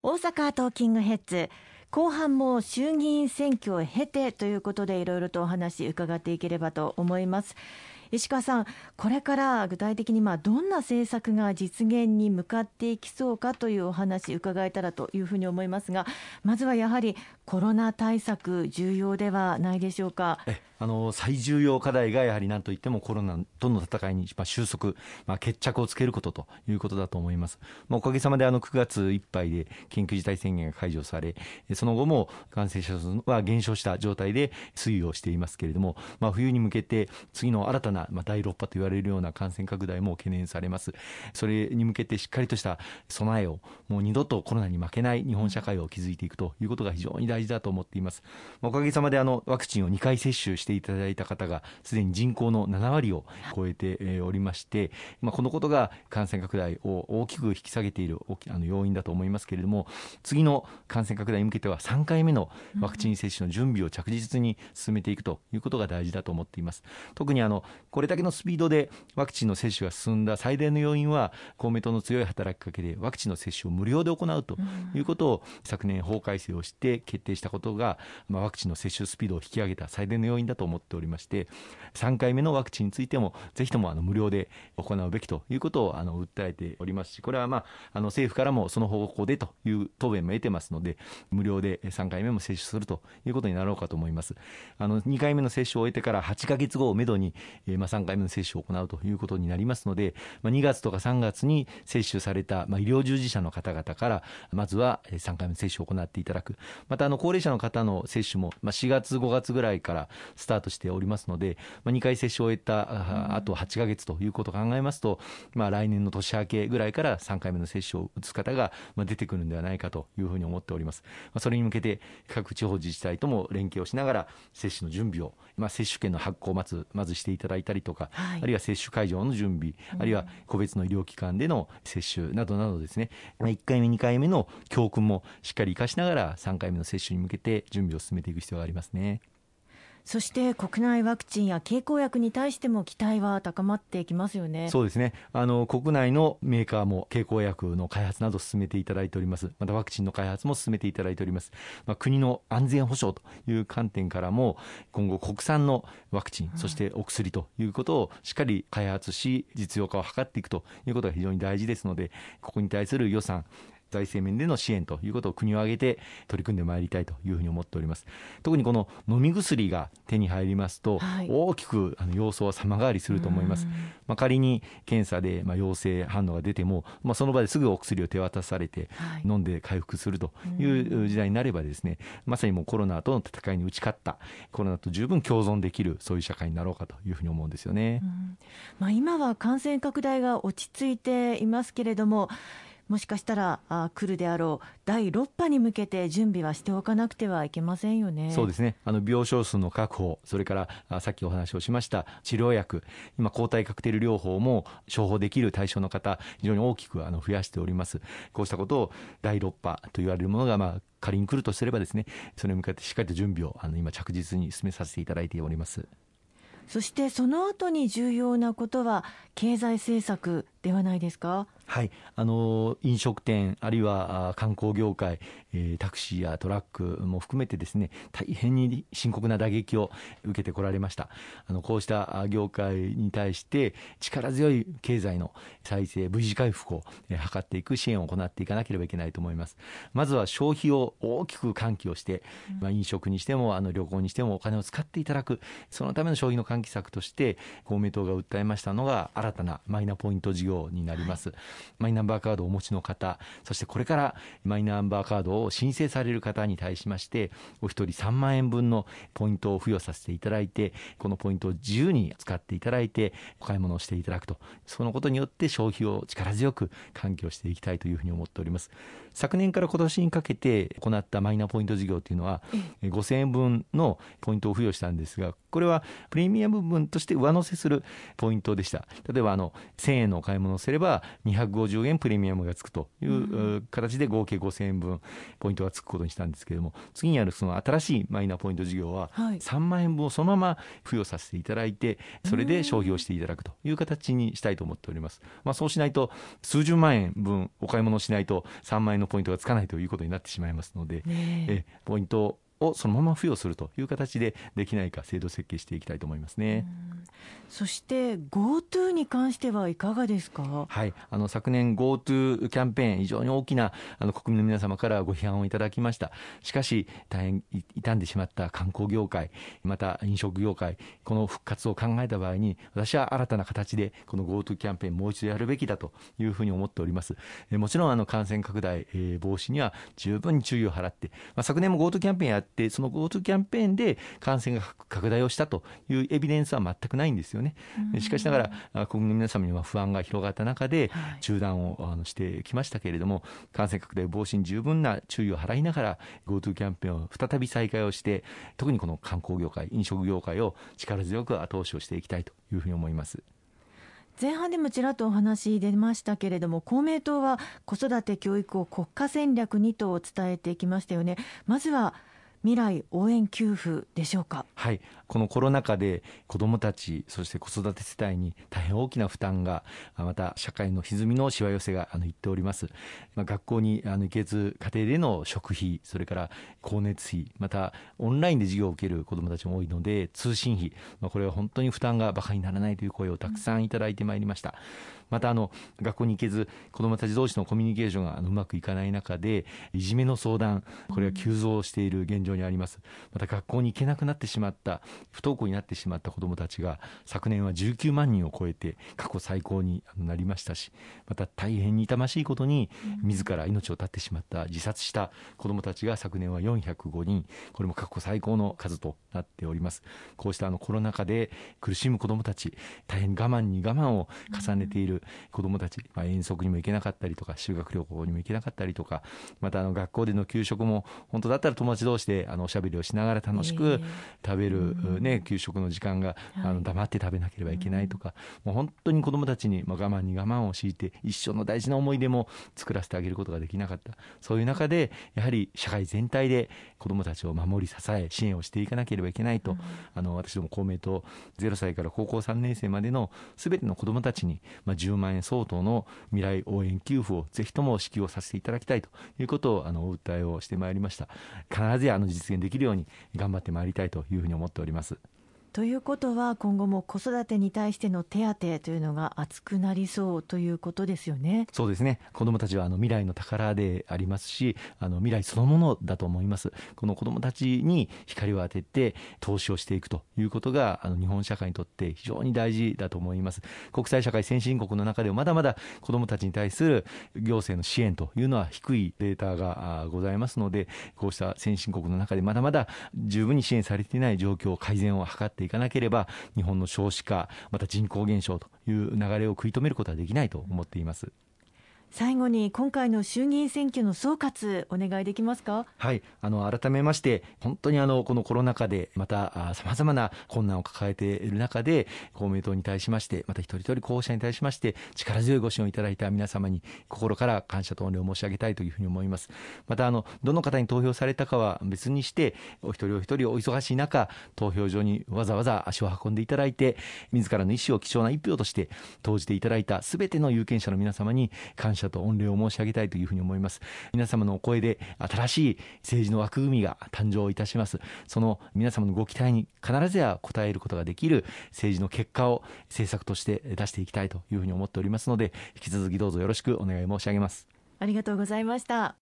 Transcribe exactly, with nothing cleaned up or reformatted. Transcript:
大阪トーキングヘッズ、後半も衆議院選挙を経てということでいろいろとお話伺っていければと思います。石川さん、これから具体的にまあどんな政策が実現に向かっていきそうかというお話伺えたらというふうに思いますが、まずはやはりコロナ対策重要ではないでしょうか。 えあの最重要課題がやはり何といってもコロナとの戦いに、まあ、収束、まあ、決着をつけることということだと思います。まあ、おかげさまであのくがついっぱいで緊急事態宣言が解除され、その後も感染者数は減少した状態で推移をしていますけれども、まあ、冬に向けて次の新たな、まあ、だいろっぱと言われるような感染拡大も懸念されます。それに向けてしっかりとした備えを、もう二度とコロナに負けない日本社会を築いていくということが非常に大事だと思っています。おかげさまであのワクチンをにかい接種していただいた方がすでに人口のななわりを超えておりまして、まあ、このことが感染拡大を大きく引き下げているあの要因だと思いますけれども、次の感染拡大に向けてはさんかいめのワクチン接種の準備を着実に進めていくということが大事だと思っています。特にあのこれだけのスピードでワクチンの接種が進んだ最大の要因は公明党の強い働きかけでワクチンの接種を無料で行うということを昨年法改正をして決定したことが、まあ、ワクチンの接種スピードを引き上げた最大の要因だと思っておりまして、さんかいめのワクチンについてもぜひともあの無料で行うべきということをあの訴えておりますし、これは、まあ、あの政府からもその方向でという答弁も得てますので、無料でさんかいめも接種するということになろうかと思います。あのにかいめの接種を終えてからはちかげつごをめどに、えーまあ、さんかいめの接種を行うということになりますので、まあ、にがつとかさんがつに接種された、まあ、医療従事者の方々からまずはさんかいめの接種を行っていただく。またあの高齢者の方の接種も、まあ、しがつごがつぐらいからスタートしておりますので、まあ、にかい接種を終えたあとはちかげつということを考えますと、まあ、来年の年明けぐらいからさんかいめの接種を打つ方が出てくるんではないかというふうに思っております。まあ、それに向けて各地方自治体とも連携をしながら接種の準備を、まあ、接種券の発行をまずまずしていただいたりとか、はい、あるいは接種会場の準備、あるいは個別の医療機関での接種などなどですね、まあ、いっかいめにかいめの教訓もしっかり生かしながらさんかいめの接種に向けて準備を進めていく必要がありますね。 そして国内ワクチンや経口薬に対しても期待は高まってきますよね。 そうですね、あの国内のメーカーも経口薬の開発などを進めていただいております。またワクチンの開発も進めていただいております。まあ、国の安全保障という観点からも今後国産のワクチン、そしてお薬ということをしっかり開発し実用化を図っていくということが非常に大事ですので、ここに対する予算、財政面での支援ということを国を挙げて取り組んでまいりたいというふうに思っております。特にこの飲み薬が手に入りますと、はい、大きくあの様相は様変わりすると思います。まあ、仮に検査でまあ陽性反応が出ても、まあ、その場ですぐお薬を手渡されて飲んで回復するという時代になればですね、まさにもうコロナとの戦いに打ち勝った、コロナと十分共存できるそういう社会になろうかというふうに思うんですよね。 うんまあ、今は感染拡大が落ち着いていますけれども、もしかしたらあ来るであろうだいろっぱに向けて準備はしておかなくてはいけませんよね。 そうですね、あの病床数の確保、それからあさっきお話をしました治療薬、今抗体カクテル療法も処方できる対象の方非常に大きくあの増やしております。こうしたことをだいろっぱと言われるものが、まあ、仮に来るとすればですね、それに向かってしっかりと準備をあの今着実に進めさせていただいております。 そしてその後に重要なことは経済政策ではないですか。 はい、あの飲食店あるいは観光業界、えー、タクシーやトラックも含めてですね、大変に深刻な打撃を受けてこられました。あのこうした業界に対して力強い経済の再生 V 字回復を、えー、図っていく支援を行っていかなければいけないと思います。まずは消費を大きく喚起をして、うんまあ、飲食にしてもあの旅行にしてもお金を使っていただく、そのための消費の喚起策として公明党が訴えましたのが新たなマイナポイント事業になります。はい、マイナンバーカードをお持ちの方、そしてこれからマイナンバーカードを申請される方に対しましてお一人さんまんえんぶんのポイントを付与させていただいて、このポイントを自由に使っていただいてお買い物をしていただくと、そのことによって消費を力強く喚起をしていきたいというふうに思っております。昨年から今年にかけて行ったマイナポイント事業というのはごせんえんぶんのポイントを付与したんですが、これはプレミアム分として上乗せするポイントでした。例えばあのせんえんのお買い物をすればにひゃくひゃくごじゅうえんプレミアムがつくという形で合計ごせんえんぶんポイントがつくことにしたんですけれども、次にあるその新しいマイナポイント事業はさんまんえんぶんをそのまま付与させていただいて、それで消費をしていただくという形にしたいと思っております。まあ、そうしないと数十万円分お買い物しないとさんまんえんのポイントがつかないということになってしまいますので、えポイントをそのまま付与するという形でできないか制度設計していきたいと思いますね。 そして GoTo に関してはいかがですか。 はい、あの昨年 GoTo キャンペーン非常に大きなあの国民の皆様からご批判をいただきました。しかし大変傷んでしまった観光業界、また飲食業界、この復活を考えた場合に私は新たな形でこの GoTo キャンペーンもう一度やるべきだというふうに思っております。えもちろんあの感染拡大、えー、防止には十分に注意を払って、まあ、昨年も GoTo キャンペーンやってその GoTo キャンペーンで感染が拡大をしたというエビデンスは全くないんですよね。しかしながら国民の皆様には不安が広がった中で中断をあのしてきましたけれども、感染拡大防止に十分な注意を払いながら GoTo キャンペーンを再び再開をして、特にこの観光業界、飲食業界を力強く後押しをしていきたいというふうに思います。 前半でもちらっとお話出ましたけれども、公明党は子育て教育を国家戦略にと伝えてきましたよね。まずは未来応援給付でしょうか。 はい、このコロナ禍で子どもたち、そして子育て世帯に大変大きな負担が、また社会の歪みのしわ寄せがあの言っております。まあ、学校にあの行けず家庭での食費、それから光熱費、またオンラインで授業を受ける子どもたちも多いので通信費、まあ、これは本当に負担がバカにならないという声をたくさんいただいてまいりました。またあの学校に行けず子どもたち同士のコミュニケーションがあのうまくいかない中でいじめの相談、これが急増している現状にあります。また学校に行けなくなってしまった、不登校になってしまった子どもたちが昨年はじゅうきゅうまんにんを超えて過去最高になりましたし、また大変に痛ましいことに自ら命を絶ってしまった自殺した子どもたちが昨年はよんひゃくごにん、これも過去最高の数となっております。こうしたあのコロナ禍で苦しむ子どもたち、大変我慢に我慢を重ねている子どもたち、まあ、遠足にも行けなかったりとか修学旅行にも行けなかったりとか、またあの学校での給食も本当だったら友達同士であのおしゃべりをしながら楽しく食べる、ね、給食の時間があの黙って食べなければいけないとか、もう本当に子どもたちにまあ我慢に我慢を強いて一生の大事な思い出も作らせてあげることができなかった。そういう中でやはり社会全体で子どもたちを守り支え支援をしていかなければいけないと、うん、あの私ども公明党ゼロさいから高校さんねん生までのすべての子どもたちに、まあ、じゅうまんえん相当の未来応援給付をぜひとも支給をさせていただきたいということをあのお訴えをしてまいりました。必ずあの実現できるように頑張ってまいりたいというふうに思っております。 ということは今後も子育てに対しての手当というのが厚くなりそうということですよね。 そうですね。子どもたちはあの未来の宝でありますし、あの未来そのものだと思います。この子どもたちに光を当てて投資をしていくということがあの日本社会にとって非常に大事だと思います。国際社会先進国の中でもまだまだ子どもたちに対する行政の支援というのは低いデータがございますので、こうした先進国の中でまだまだ十分に支援されていない状況改善を図っていかなければ、日本の少子化、また人口減少という流れを食い止めることはできないと思っています。 最後に今回の衆議院選挙の総括お願いできますか。 はい、あの改めまして本当にあのこのコロナ禍でまたさまざまな困難を抱えている中で公明党に対しまして、また一人一人候補者に対しまして力強いご支援をいただいた皆様に心から感謝と御礼を申し上げたいというふうに思います。またあのどの方に投票されたかは別にして、お一人お一人お忙しい中投票所にわざわざ足を運んでいただいて自らの意思を貴重な一票として投じていただいたすべての有権者の皆様に感謝と御礼を申し上げたいというふうに思います。皆様のお声で新しい政治の枠組みが誕生いたします。その皆様のご期待に必ずや応えることができる政治の結果を政策として出していきたいというふうに思っておりますので、引き続きどうぞよろしくお願い申し上げます。 ありがとうございました。